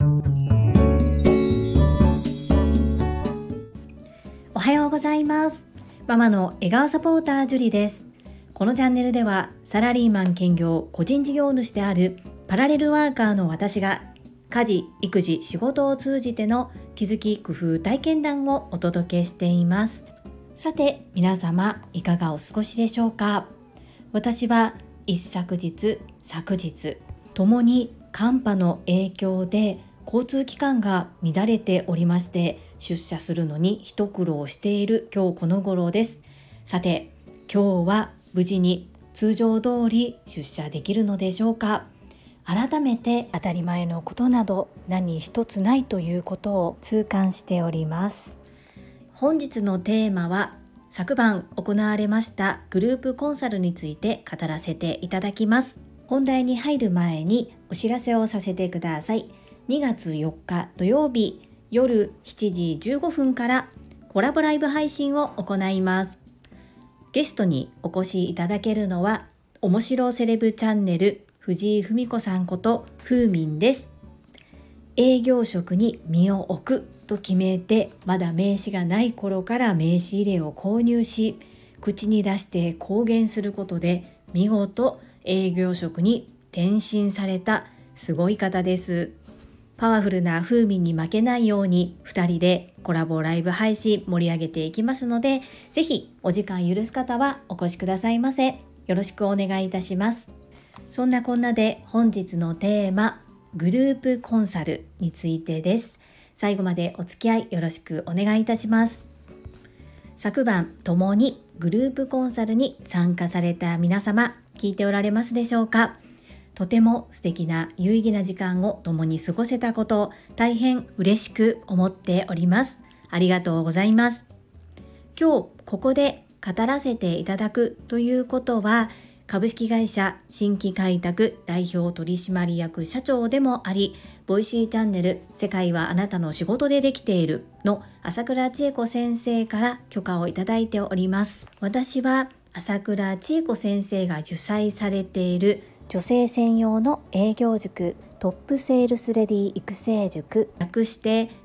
おはようございます。ママの笑顔サポータージュリです。このチャンネルではサラリーマン兼業個人事業主であるパラレルワーカーの私が家事、育児、仕事を通じての気づき、工夫、体験談をお届けしています。さて皆様いかがお過ごしでしょうか。私は一昨日、昨日ともに寒波の影響で交通機関が乱れておりまして、出社するのに一苦労している今日この頃です。さて今日は無事に通常通り出社できるのでしょうか。改めて当たり前のことなど何一つないということを痛感しております。本日のテーマは昨晩行われましたグループコンサルについて語らせていただきます。本題に入る前にお知らせをさせてください。2月4日土曜日夜7時15分からコラボライブ配信を行います。ゲストにお越しいただけるのは面白セレブチャンネル藤井文子さんことふうみんです。営業職に身を置くと決めて、まだ名刺がない頃から名刺入れを購入し、口に出して公言することで見事営業職に転身されたすごい方です。パワフルなふうみんに負けないように2人でコラボライブ配信盛り上げていきますので、ぜひお時間許す方はお越しくださいませ。よろしくお願いいたします。そんなこんなで本日のテーマ、グループコンサルについてです。最後までお付き合いよろしくお願いいたします。昨晩ともにグループコンサルに参加された皆様、聞いておられますでしょうか。とても素敵な有意義な時間を共に過ごせたことを大変嬉しく思っております。ありがとうございます。今日ここで語らせていただくということは、株式会社新規開拓代表取締役社長でもあり、ボイシーチャンネル世界はあなたの仕事でできているの朝倉千恵子先生から許可をいただいております。私は朝倉千恵子先生が主催されている女性専用の営業塾トップセールスレディ育成塾、略して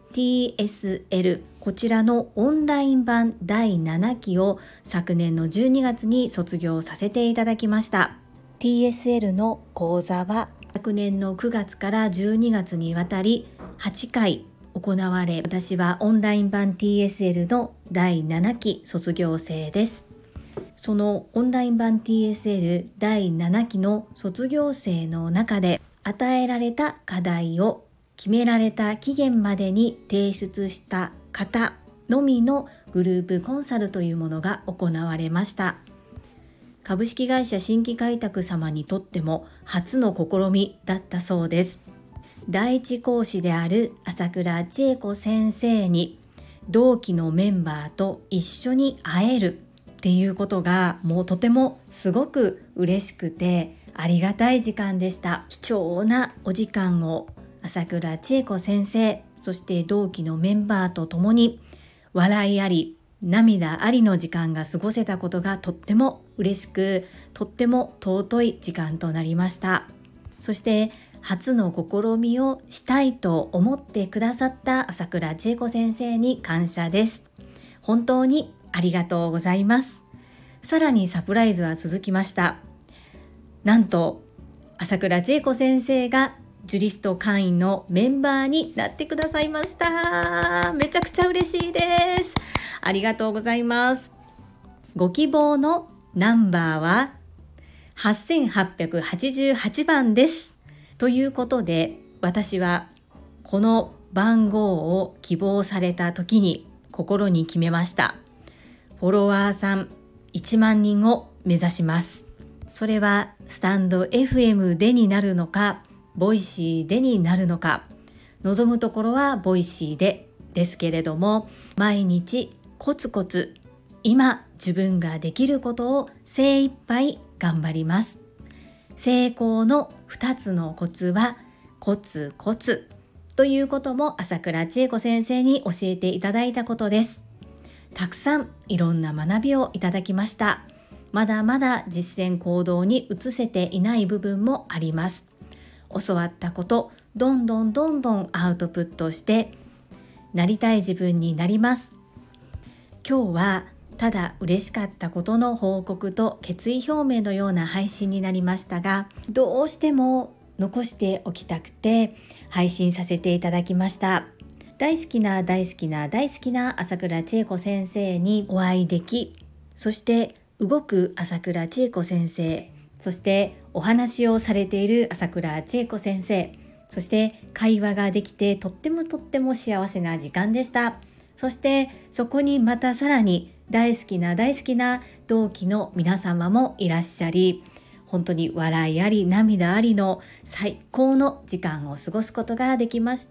TSL、 こちらのオンライン版第7期を昨年の12月に卒業させていただきました。 TSL の講座は昨年の9月から12月にわたり8回行われ、私はオンライン版 TSL の第7期卒業生です。そのオンライン版 TSL 第7期の卒業生の中で与えられた課題を決められた期限までに提出した方のみのグループコンサルというものが行われました。株式会社新規開拓様にとっても初の試みだったそうです。第一講師である朝倉千恵子先生に同期のメンバーと一緒に会えるっていうことがもうとてもすごく嬉しくてありがたい時間でした。貴重なお時間を朝倉千恵子先生、そして同期のメンバーと共に笑いあり涙ありの時間が過ごせたことがとっても嬉しく、とっても尊い時間となりました。そして初の試みをしたいと思ってくださった朝倉千恵子先生に感謝です。本当にありがとうございます。さらにサプライズは続きました。なんと朝倉千恵子先生がジュリスト会員のメンバーになってくださいました。めちゃくちゃ嬉しいです。ありがとうございます。ご希望のナンバーは8888番です。ということで、私はこの番号を希望された時に心に決めました。フォロワーさん1万人を目指します。それはスタンド FM でになるのか、ボイシーでになるのか、望むところはボイシーでですけれども、毎日コツコツ今自分ができることを精一杯頑張ります。成功の2つのコツはコツコツということも朝倉千恵子先生に教えていただいたことです。たくさんいろんな学びをいただきました。まだまだ実践行動に移せていない部分もあります。 教わったこと、どんどんアウトプットして、なりたい自分になります。今日はただ嬉しかったことの報告と決意表明のような配信になりましたが、どうしても残しておきたくて配信させていただきました。大好きな朝倉千恵子先生にお会いでき、そして動く朝倉千恵子先生、そしてお話をされている朝倉千恵子先生、そして会話ができてとっても幸せな時間でした。そしてそこにまたさらに大好きな同期の皆様もいらっしゃり、本当に笑いあり涙ありの最高の時間を過ごすことができました。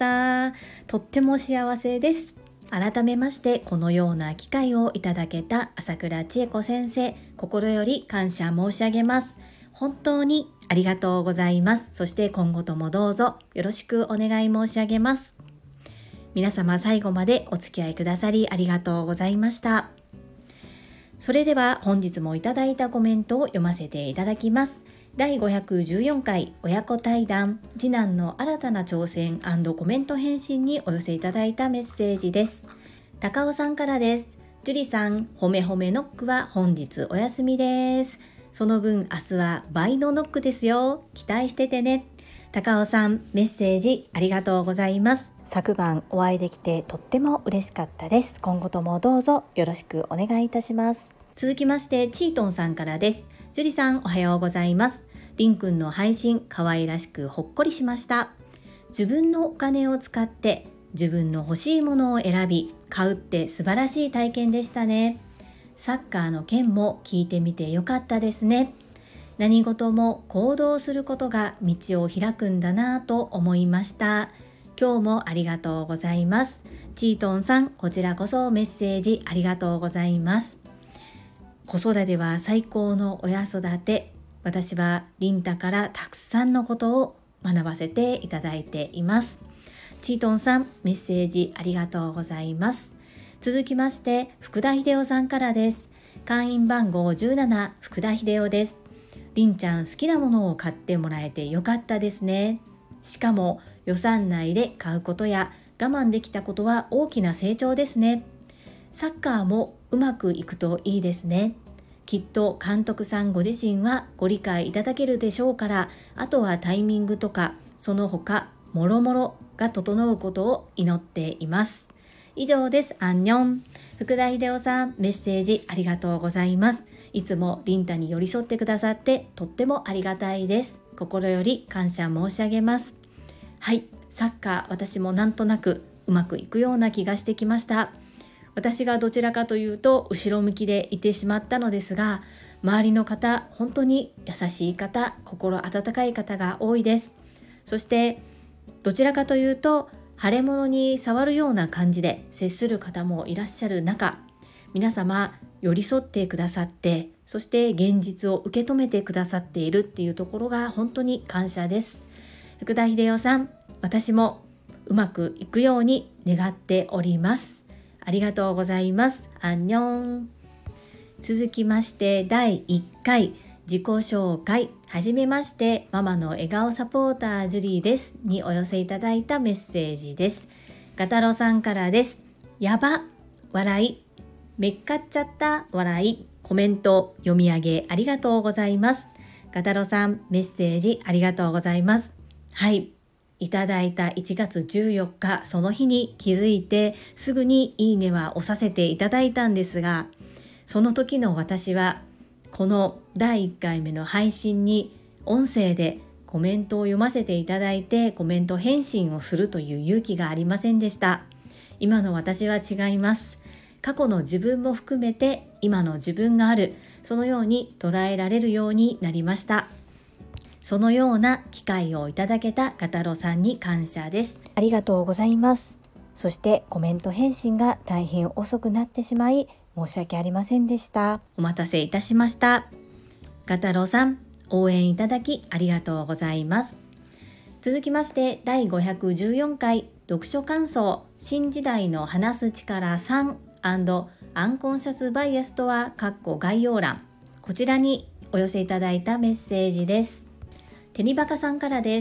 とっても幸せです。改めましてこのような機会をいただけた朝倉千恵子先生、心より感謝申し上げます。本当にありがとうございます。そして今後ともどうぞよろしくお願い申し上げます。皆様最後までお付き合いくださりありがとうございました。それでは本日もいただいたコメントを読ませていただきます。第514回親子対談、次男の新たな挑戦&コメント返信にお寄せいただいたメッセージです。高尾さんからです。樹里さん、ほめほめノックは本日お休みです。その分明日は倍のノックですよ。期待しててね。高尾さん、メッセージありがとうございます。昨晩お会いできてとっても嬉しかったです。今後ともどうぞよろしくお願いいたします。続きましてチートンさんからです。樹里さん、おはようございます。りんくんの配信可愛らしくほっこりしました。自分のお金を使って自分の欲しいものを選び買うって素晴らしい体験でしたね。サッカーの件も聞いてみてよかったですね。何事も行動することが道を開くんだなぁと思いました。今日もありがとうございます。チートンさん、こちらこそメッセージありがとうございます。子育ては最高の親育て。私はリンタからたくさんのことを学ばせていただいています。チートンさん、メッセージありがとうございます。続きまして福田秀夫さんからです。会員番号17、福田秀夫です。りんちゃん、好きなものを買ってもらえてよかったですね。しかも予算内で買うことや我慢できたことは大きな成長ですね。サッカーもうまくいくといいですね。きっと監督さんご自身はご理解いただけるでしょうから、あとはタイミングとかその他もろもろが整うことを祈っています。以上です。アンニョン。福田秀夫さん、メッセージありがとうございます。いつもリンタに寄り添ってくださってとってもありがたいです。心より感謝申し上げます。はい、サッカー、私もなんとなくうまくいくような気がしてきました。私がどちらかというと後ろ向きでいてしまったのですが、周りの方、本当に優しい方、心温かい方が多いです。そしてどちらかというと腫れ物に触るような感じで接する方もいらっしゃる中、皆様寄り添ってくださって、そして現実を受け止めてくださっているっていうところが本当に感謝です。福田秀夫さん、私もうまくいくように願っております。ありがとうございます。アンニョン。続きまして第1回自己紹介。はじめまして、ママの笑顔サポータージュリーですにお寄せいただいたメッセージです。ガタロさんからです。やば、笑い、めっかっちゃった笑い。コメント読み上げありがとうございます。ガタロさん、メッセージありがとうございます。はい、いただいた1月14日、その日に気づいてすぐにいいねは押させていただいたんですが、その時の私はこの第1回目の配信に音声でコメントを読ませていただいてコメント返信をするという勇気がありませんでした。今の私は違います。過去の自分も含めて今の自分がある、そのように捉えられるようになりました。そのような機会をいただけたガタロさんに感謝です。ありがとうございます。そしてコメント返信が大変遅くなってしまい申し訳ありませんでした。お待たせいたしました。ガタロさん、応援いただきありがとうございます。続きまして第514回読書感想、新時代の話す力3&アンコンシャスバイアスとは概要欄、こちらにお寄せいただいたメッセージです。テニバカさんからです。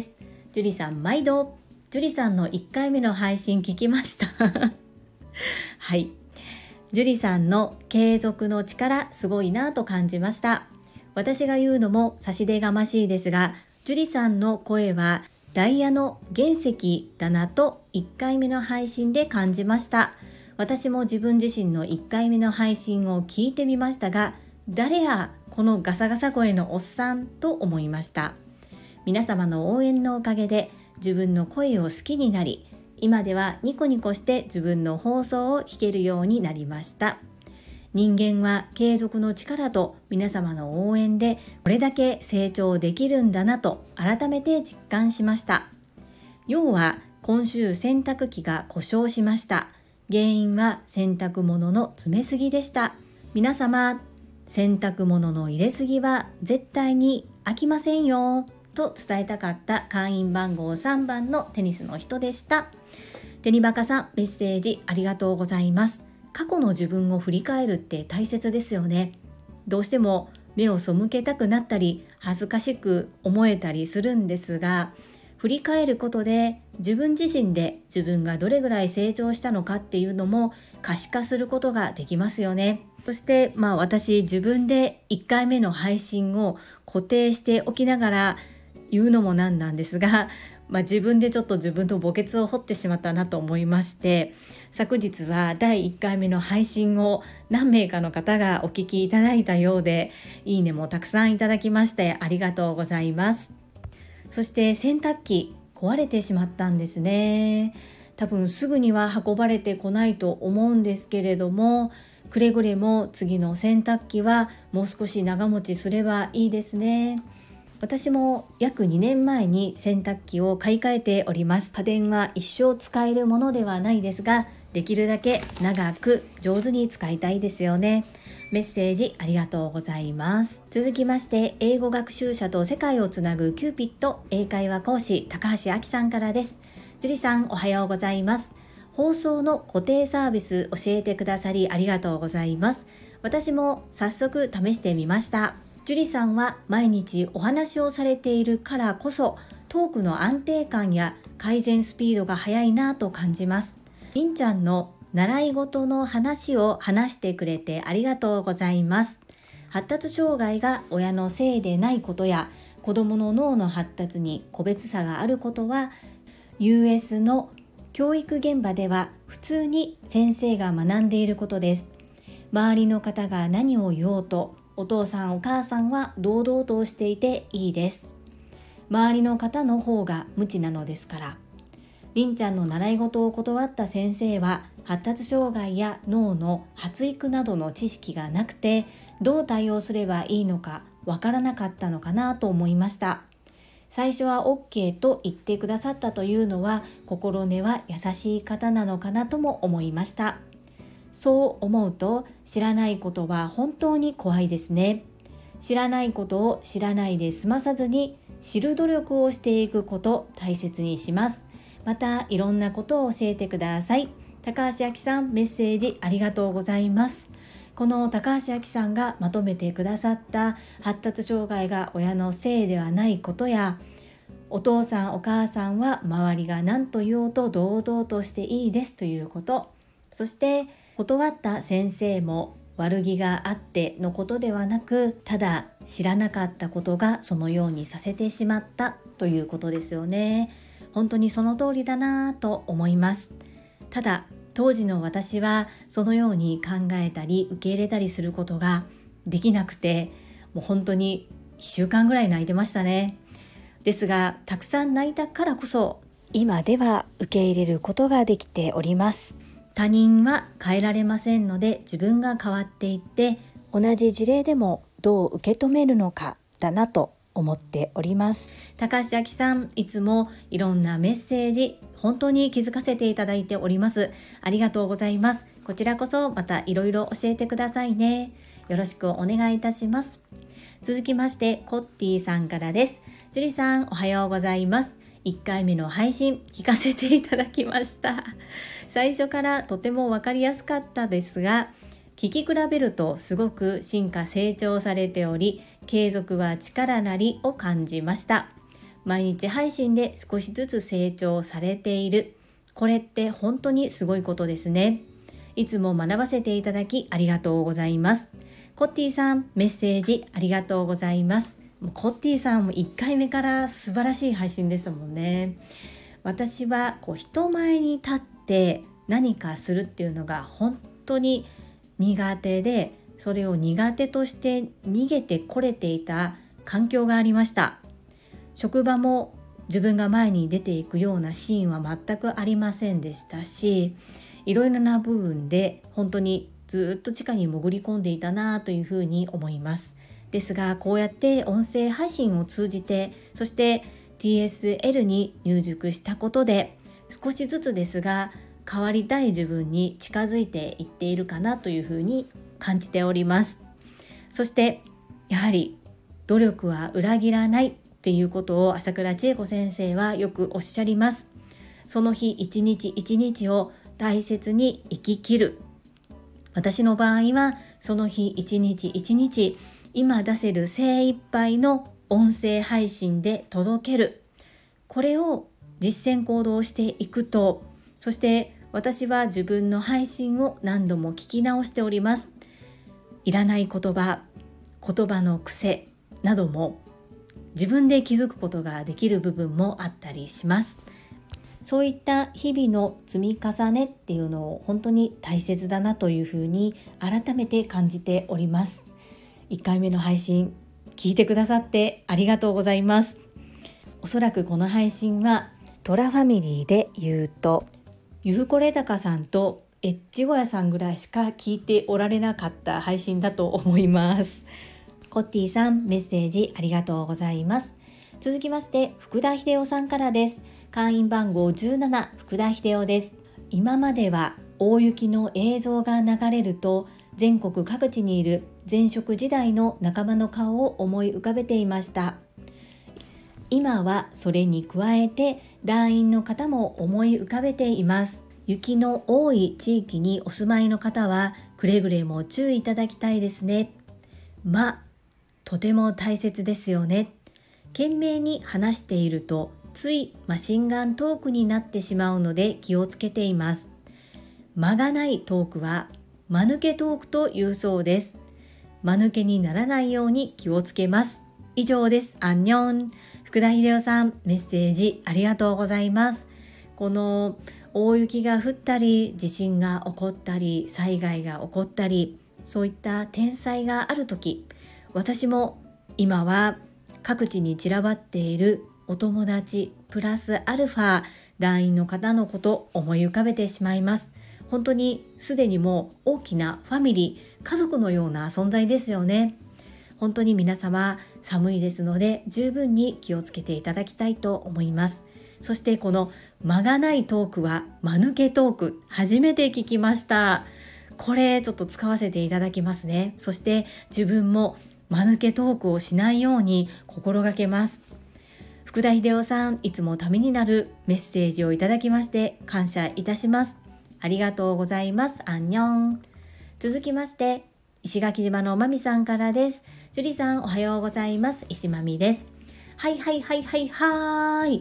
ジュリさん毎度。ジュリさんの1回目の配信聞きましたはい、ジュリさんの継続の力すごいなと感じました。私が言うのも差し出がましいですが、ジュリさんの声はダイヤの原石だなと1回目の配信で感じました。私も自分自身の1回目の配信を聞いてみましたが、誰やこのガサガサ声のおっさんと思いました。皆様の応援のおかげで自分の声を好きになり、今ではニコニコして自分の放送を聞けるようになりました。人間は継続の力と皆様の応援でこれだけ成長できるんだなと改めて実感しました。要は今週洗濯機が故障しました。原因は洗濯物の詰めすぎでした。皆様、洗濯物の入れすぎは絶対に飽きませんよと伝えたかった会員番号3番のテニスの人でした。テニバカさん、メッセージありがとうございます。過去の自分を振り返るって大切ですよね。どうしても目を背けたくなったり恥ずかしく思えたりするんですが、振り返ることで自分自身で自分がどれぐらい成長したのかっていうのも可視化することができますよね。そして私自分で1回目の配信を固定しておきながら言うのもなんですが、自分でちょっと自分と墓穴を掘ってしまったなと思いまして、昨日は第1回目の配信を何名かの方がお聞きいただいたようで、いいねもたくさんいただきましてありがとうございます。そして洗濯機壊れてしまったんですね。多分すぐには運ばれてこないと思うんですけれども、くれぐれも次の洗濯機はもう少し長持ちすればいいですね。私も約2年前に洗濯機を買い替えております。家電は一生使えるものではないですが、できるだけ長く上手に使いたいですよね。メッセージありがとうございます。続きまして、英語学習者と世界をつなぐキューピット英会話講師高橋明さんからです。ジュリさん、おはようございます。放送の固定サービス教えてくださりありがとうございます。私も早速試してみました。ジュリさんは毎日お話をされているからこそ、トークの安定感や改善スピードが速いなと感じます。りんちゃんの習い事の話を話してくれてありがとうございます。発達障害が親のせいでないことや、子どもの脳の発達に個別差があることは、US の教育現場では普通に先生が学んでいることです。周りの方が何を言おうと、お父さんお母さんは堂々としていていいです。周りの方の方が無知なのですから。りんちゃんの習い事を断った先生は発達障害や脳の発育などの知識がなくて、どう対応すればいいのかわからなかったのかなと思いました。最初は OK と言ってくださったというのは、心根は優しい方なのかなとも思いました。そう思うと、知らないことは本当に怖いですね。知らないことを知らないで済まさずに、知る努力をしていくこと大切にします。またいろんなことを教えてください。高橋明さん、メッセージありがとうございます。この高橋明さんがまとめてくださった発達障害が親のせいではないことや、お父さんお母さんは周りが何と言おうと堂々としていいですということ、そして断った先生も悪気があってのことではなく、ただ知らなかったことがそのようにさせてしまったということですよね。本当にその通りだなと思います。ただ当時の私はそのように考えたり受け入れたりすることができなくて、もう本当に1週間ぐらい泣いてましたね。ですがたくさん泣いたからこそ、今では受け入れることができております。他人は変えられませんので、自分が変わっていって同じ事例でもどう受け止めるのかだなと思っております。高橋明さん、いつもいろんなメッセージ本当に気づかせていただいております。ありがとうございます。こちらこそまたいろいろ教えてくださいね。よろしくお願いいたします。続きましてコッティさんからです。ジュリさん、おはようございます。1回目の配信聞かせていただきました。最初からとても分かりやすかったですが、聞き比べるとすごく進化成長されており、継続は力なりを感じました。 毎日配信で少しずつ成長されている。これって本当にすごいことですね。いつも学ばせていただきありがとうございます。コッティさん、メッセージありがとうございます。コッティさんも1回目から素晴らしい配信でしたもんね。私は人前に立って何かするっていうのが本当に苦手で、それを苦手として逃げてこれていた環境がありました。職場も自分が前に出ていくようなシーンは全くありませんでしたし、いろいろな部分で本当にずっと地下に潜り込んでいたなというふうに思います。ですが、こうやって音声配信を通じて、そして TSL に入塾したことで、少しずつですが変わりたい自分に近づいていっているかなというふうに感じております。そしてやはり努力は裏切らないっていうことを朝倉千恵子先生はよくおっしゃります。その日一日一日を大切に生き切る。私の場合はその日一日一日、今出せる精一杯の音声配信で届ける。これを実践行動していくと、そして私は自分の配信を何度も聞き直しております。いらない言葉の癖なども自分で気づくことができる部分もあったりします。そういった日々の積み重ねっていうのを本当に大切だなというふうに改めて感じております。1回目の配信聞いてくださってありがとうございます。おそらくこの配信はトラファミリーで言うとゆふこれたかさんとエッチゴヤさんぐらいしか聞いておられなかった配信だと思います。コッティさん、メッセージありがとうございます。続きまして福田秀夫さんからです。会員番号17、福田秀夫です。今までは大雪の映像が流れると全国各地にいる前職時代の仲間の顔を思い浮かべていました。今はそれに加えて団員の方も思い浮かべています。雪の多い地域にお住まいの方はくれぐれも注意いただきたいですね。とても大切ですよね。懸命に話しているとついマシンガントークになってしまうので気をつけています。間がないトークは間抜けトークというそうです。間抜けにならないように気をつけます。以上です。アンニョン。福田秀夫さん、メッセージありがとうございます。この大雪が降ったり、地震が起こったり、災害が起こったり、そういった天災があるとき、私も今は各地に散らばっているお友達プラスアルファ団員の方のことを思い浮かべてしまいます。本当にすでにもう大きなファミリー、家族のような存在ですよね。本当に皆様寒いですので十分に気をつけていただきたいと思います。そしてこの間がないトークは間抜けトーク、初めて聞きました。これちょっと使わせていただきますね。そして自分も間抜けトークをしないように心がけます。福田秀夫さん、いつもためになるメッセージをいただきまして感謝いたします。ありがとうございます。アンニョン。続きまして石垣島のまみさんからです。ジュリさん、おはようございます。石まみです。はい。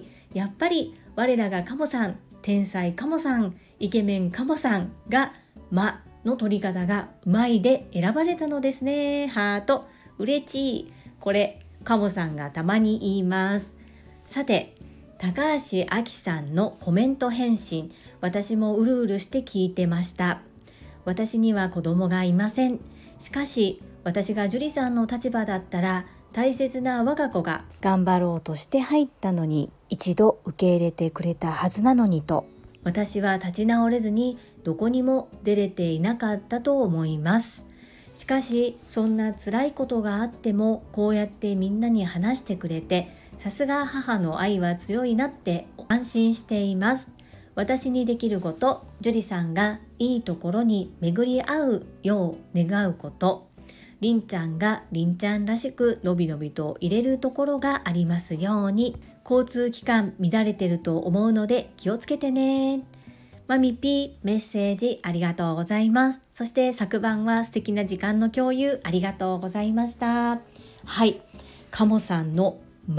やっぱり我らがカモさん、天才カモさん、イケメンカモさんが間の取り方がうまいで選ばれたのですね。ハート、うれちい。これカモさんがたまに言います。さて、高橋明さんのコメント返信、私もうるうるして聞いてました。私には子供がいません。しかし私がジュリさんの立場だったら、大切な我が子が頑張ろうとして入ったのに一度受け入れてくれたはずなのにと、私は立ち直れずにどこにも出れていなかったと思います。しかしそんな辛いことがあってもこうやってみんなに話してくれて、さすが母の愛は強いなって安心しています。私にできること、ジュリさんがいいところに巡り合うよう願うこと、りんちゃんがりんちゃんらしくのびのびと入れるところがありますように。交通機関乱れてると思うので気をつけてね。マミピー、メッセージありがとうございます。そして昨晩は素敵な時間の共有ありがとうございました。はい、カモさんの間、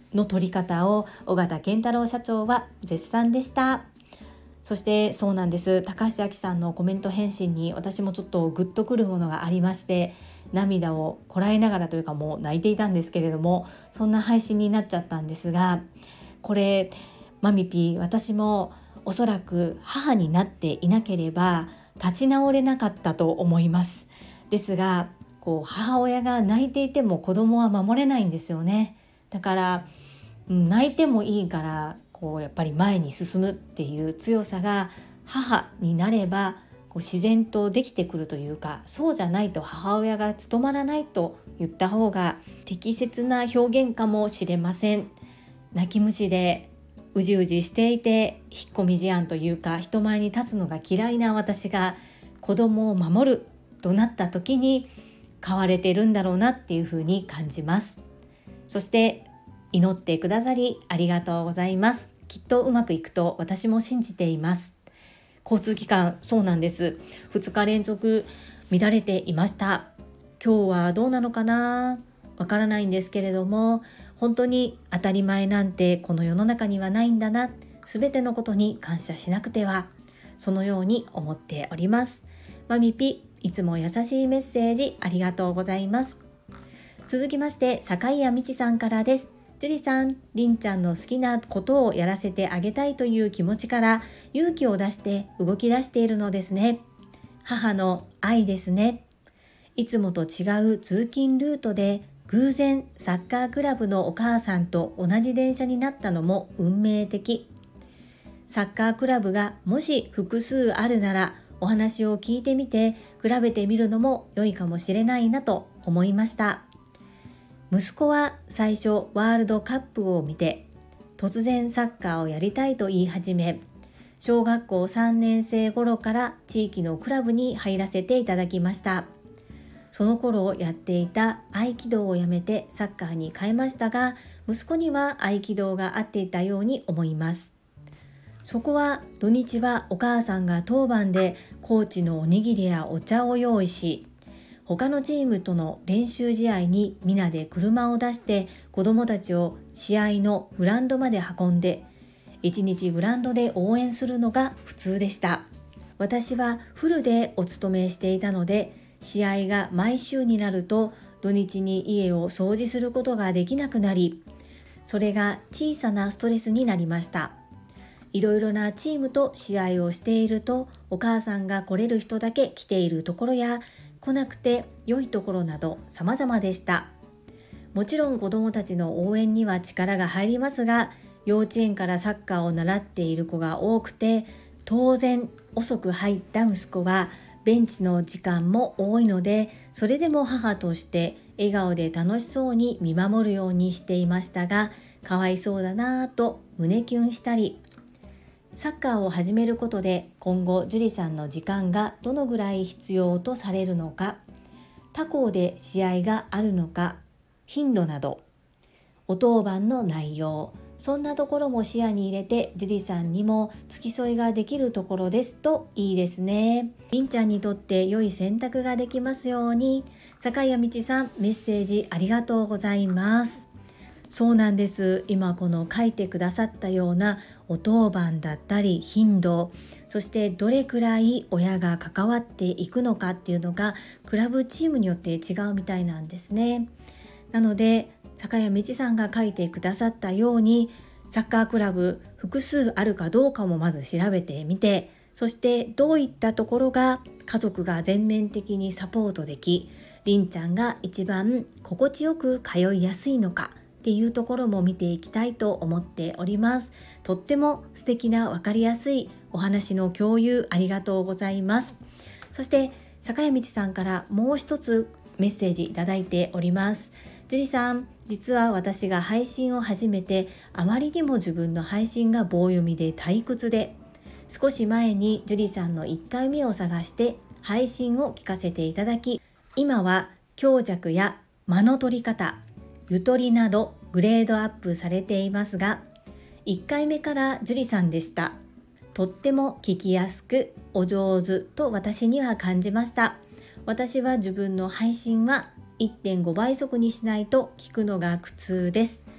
の撮り方を尾形健太郎社長は絶賛でした。そしてそうなんです、高橋明さんのコメント返信に私もちょっとグッとくるものがありまして、涙をこらえながらというかもう泣いていたんですけれども、そんな配信になっちゃったんですが、これマミピー、私もおそらく母になっていなければ立ち直れなかったと思います。ですが母親が泣いていても子供は守れないんですよね。だから泣いてもいいからやっぱり前に進むっていう強さが母になれば自然とできてくるというか、そうじゃないと母親が務まらないと言った方が適切な表現かもしれません。泣き虫でうじうじしていて引っ込み思案というか、人前に立つのが嫌いな私が子供を守るとなった時に変われてるんだろうなっていうふうに感じます。そして祈ってくださりありがとうございます。きっとうまくいくと私も信じています。交通機関、そうなんです。2日連続乱れていました。今日はどうなのかな、わからないんですけれども、本当に当たり前なんてこの世の中にはないんだな、すべてのことに感謝しなくては、そのように思っております。マミピ、いつも優しいメッセージありがとうございます。続きまして、坂井谷美智さんからです。ジュリさん、りんちゃんの好きなことをやらせてあげたいという気持ちから勇気を出して動き出しているのですね。母の愛ですね。いつもと違う通勤ルートで偶然サッカークラブのお母さんと同じ電車になったのも運命的。サッカークラブがもし複数あるならお話を聞いてみて比べてみるのも良いかもしれないなと思いました。息子は最初ワールドカップを見て突然サッカーをやりたいと言い始め、小学校3年生頃から地域のクラブに入らせていただきました。その頃やっていた合気道をやめてサッカーに変えましたが、息子には合気道が合っていたように思います。そこは土日はお母さんが当番でコーチのおにぎりやお茶を用意し、他のチームとの練習試合に皆で車を出して子どもたちを試合のグラウンドまで運んで、一日グラウンドで応援するのが普通でした。私はフルでお勤めしていたので、試合が毎週になると土日に家を掃除することができなくなり、それが小さなストレスになりました。いろいろなチームと試合をしていると、お母さんが来れる人だけ来ているところや来なくて良いところなど様々でした。もちろん子どもたちの応援には力が入りますが、幼稚園からサッカーを習っている子が多くて、当然遅く入った息子はベンチの時間も多いので、それでも母として笑顔で楽しそうに見守るようにしていましたが、かわいそうだなぁと胸キュンしたり、サッカーを始めることで今後樹里さんの時間がどのぐらい必要とされるのか、他校で試合があるのか、頻度など、お当番の内容、そんなところも視野に入れて樹里さんにも付き添いができるところですといいですね。りんちゃんにとって良い選択ができますように。坂谷美智さん、メッセージありがとうございます。そうなんです。今この書いてくださったようなお当番だったり頻度、そしてどれくらい親が関わっていくのかっていうのがクラブチームによって違うみたいなんですね。なので坂谷美智さんが書いてくださったように、サッカークラブ複数あるかどうかもまず調べてみて、そしてどういったところが家族が全面的にサポートでき、りんちゃんが一番心地よく通いやすいのかっていうところも見ていきたいと思っております。とっても素敵な分かりやすいお話の共有ありがとうございます。そして坂谷美智さんからもう一つメッセージいただいております。樹里さん、実は私が配信を始めてあまりにも自分の配信が棒読みで退屈で、少し前に樹里さんの1回目を探して配信を聞かせていただき、今は強弱や間の取り方、ゆとりなどグレードアップされていますが、1回目から樹里さんでした。とっても聞きやすくお上手と私には感じました。私は自分の配信は 1.5 倍速にしないと聞くのが苦痛です。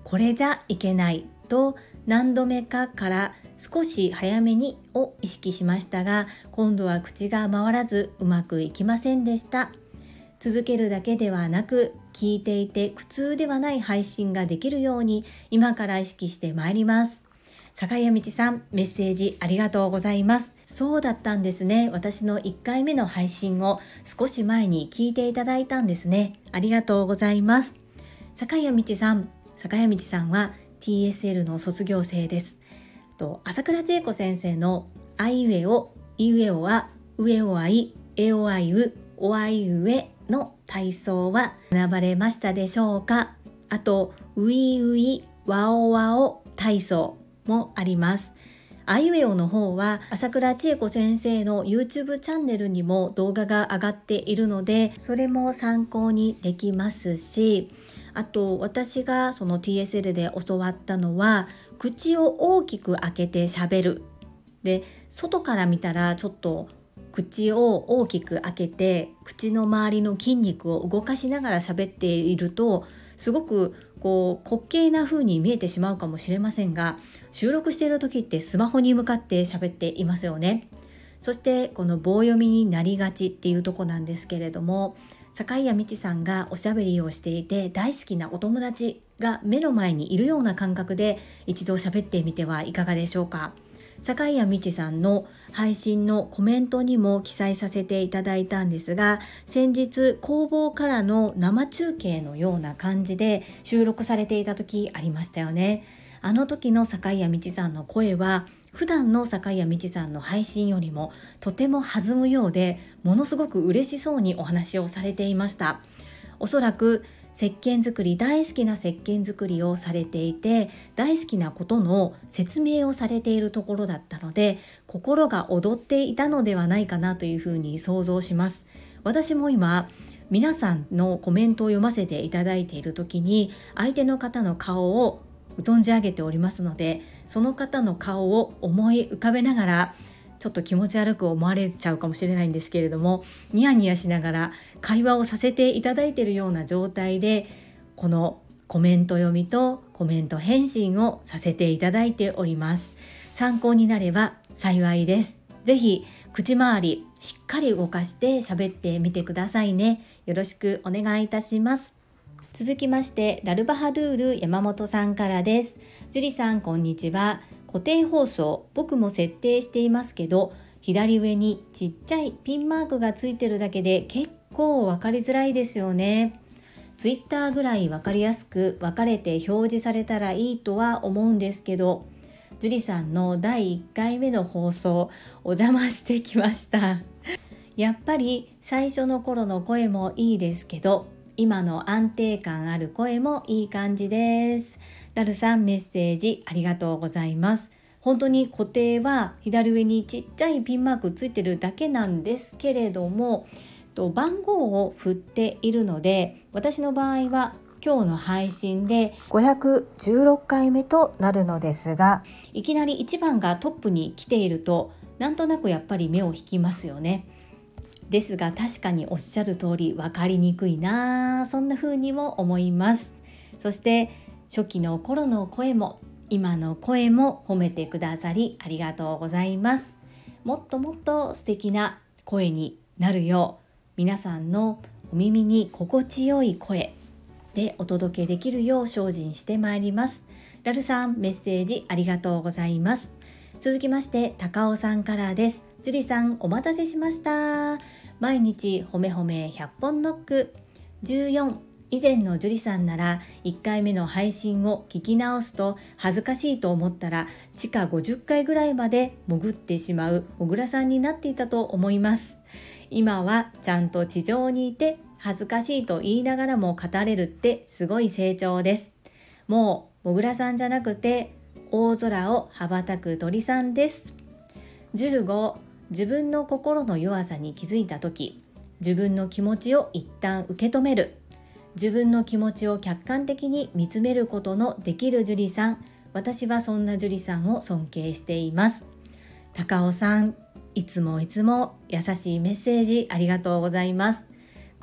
これじゃいけないと何度目かから少し早めにを意識しましたが、今度は口が回らずうまくいきませんでした。続けるだけではなく、聞いていて苦痛ではない配信ができるように今から意識してまいります。坂井谷道さん、メッセージありがとうございます。そうだったんですね。私の1回目の配信を少し前に聞いていただいたんですね。ありがとうございます。坂井谷道さんは TSL の卒業生です。朝倉千恵子先生のあいうえお、いうえおは、うえおあい、えおあいう、おあいうえの体操は学ばれましたでしょうか？あと、ういうい、わおわお体操もあります。あいうえおの方は朝倉千恵子先生の YouTube チャンネルにも動画が上がっているので、それも参考にできますし、あと私がその TSL で教わったのは、口を大きく開けて喋る。で、外から見たらちょっと口を大きく開けて口の周りの筋肉を動かしながら喋っていると、すごく滑稽な風に見えてしまうかもしれませんが、収録している時ってスマホに向かって喋っていますよね。そしてこの棒読みになりがちっていうとこなんですけれども、坂井谷道さんがおしゃべりをしていて大好きなお友達が目の前にいるような感覚で一度喋ってみてはいかがでしょうか。坂井谷道さんの配信のコメントにも記載させていただいたんですが、先日工房からの生中継のような感じで収録されていた時ありましたよね。あの時の坂井谷道さんの声は普段の坂井谷道さんの配信よりもとても弾むようで、ものすごく嬉しそうにお話をされていました。おそらく大好きな石鹸作りをされていて、大好きなことの説明をされているところだったので、心が躍っていたのではないかなというふうに想像します。私も今皆さんのコメントを読ませていただいている時に、相手の方の顔を存じ上げておりますので、その方の顔を思い浮かべながら、ちょっと気持ち悪く思われちゃうかもしれないんですけれども、ニヤニヤしながら会話をさせていただいているような状態で、このコメント読みとコメント返信をさせていただいております。参考になれば幸いです。ぜひ口周りしっかり動かして喋ってみてくださいね。よろしくお願いいたします。続きまして、ラルバハドゥール山本さんからです。ジュリさん、こんにちは。固定放送、僕も設定していますけど、左上にちっちゃいピンマークがついてるだけで結構わかりづらいですよね。ツイッターぐらいわかりやすく分かれて表示されたらいいとは思うんですけど、ジュリさんの第1回目の放送お邪魔してきました。やっぱり最初の頃の声もいいですけど、今の安定感ある声もいい感じです。ラルさん、メッセージありがとうございます。本当に固定は左上にちっちゃいピンマークついてるだけなんですけれども、番号を振っているので、私の場合は今日の配信で516回目となるのですが、いきなり1番がトップに来ているとなんとなくやっぱり目を引きますよね。ですが確かにおっしゃる通り分かりにくいな、そんな風にも思います。そして初期の頃の声も今の声も褒めてくださりありがとうございます。もっともっと素敵な声になるよう、皆さんのお耳に心地よい声でお届けできるよう精進してまいります。ラルさん、メッセージありがとうございます。続きまして高尾さんからです。ジュリさん、お待たせしました。毎日褒め褒め100本ノック14、以前のジュリさんなら1回目の配信を聞き直すと恥ずかしいと思ったら地下50階ぐらいまで潜ってしまう小倉さんになっていたと思います。今はちゃんと地上にいて恥ずかしいと言いながらも語れるってすごい成長です。もう小倉さんじゃなくて大空を羽ばたく鳥さんです。15、自分の心の弱さに気づいたとき、自分の気持ちを一旦受け止める。自分の気持ちを客観的に見つめることのできるジュリさん、私はそんなジュリさんを尊敬しています。高尾さん、いつも優しいメッセージありがとうございます。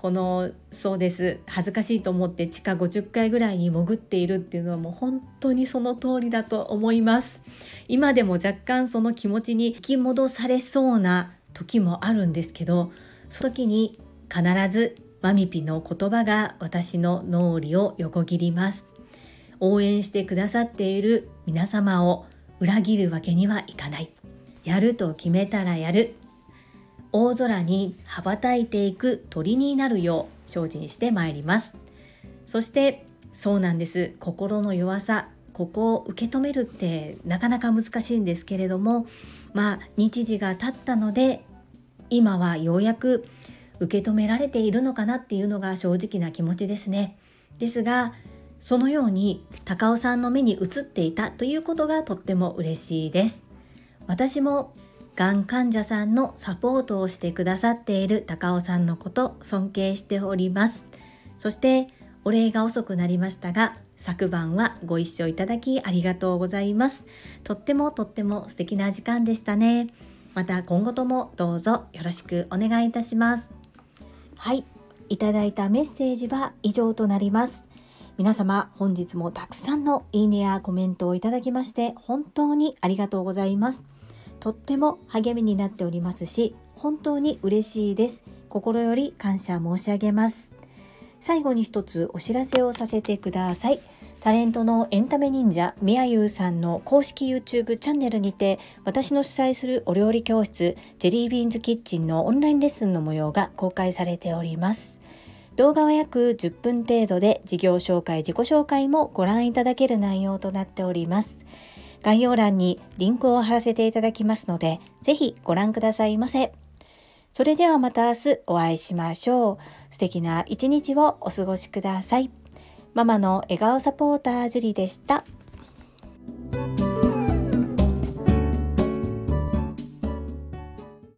そうです、恥ずかしいと思って地下50階ぐらいに潜っているっていうのはもう本当にその通りだと思います。今でも若干その気持ちに引き戻されそうな時もあるんですけど、その時に必ずマミピの言葉が私の脳裏を横切ります。応援してくださっている皆様を裏切るわけにはいかない。やると決めたらやる。大空に羽ばたいていく鳥になるよう精進してまいります。そしてそうなんです。心の弱さ、ここを受け止めるってなかなか難しいんですけれども、日時が経ったので今はようやく受け止められているのかなっていうのが正直な気持ちですね。ですがそのように高尾さんの目に映っていたということがとっても嬉しいです。私もがん患者さんのサポートをしてくださっている高尾さんのこと尊敬しております。そしてお礼が遅くなりましたが、昨晩はご一緒いただきありがとうございます。とっても素敵な時間でしたね。また今後ともどうぞよろしくお願いいたします。はい、いただいたメッセージは以上となります。皆様本日もたくさんのいいねやコメントをいただきまして本当にありがとうございます。とっても励みになっておりますし、本当に嬉しいです。心より感謝申し上げます。最後に一つお知らせをさせてください。タレントのエンタメ忍者みやゆうさんの公式 YouTube チャンネルにて、私の主催するお料理教室ジェリービーンズキッチンのオンラインレッスンの模様が公開されております。動画は約10分程度で、事業紹介、自己紹介もご覧いただける内容となっております。概要欄にリンクを貼らせていただきますので、ぜひご覧くださいませ。それではまた明日お会いしましょう。素敵な一日をお過ごしください。ママの笑顔サポータージュリでした。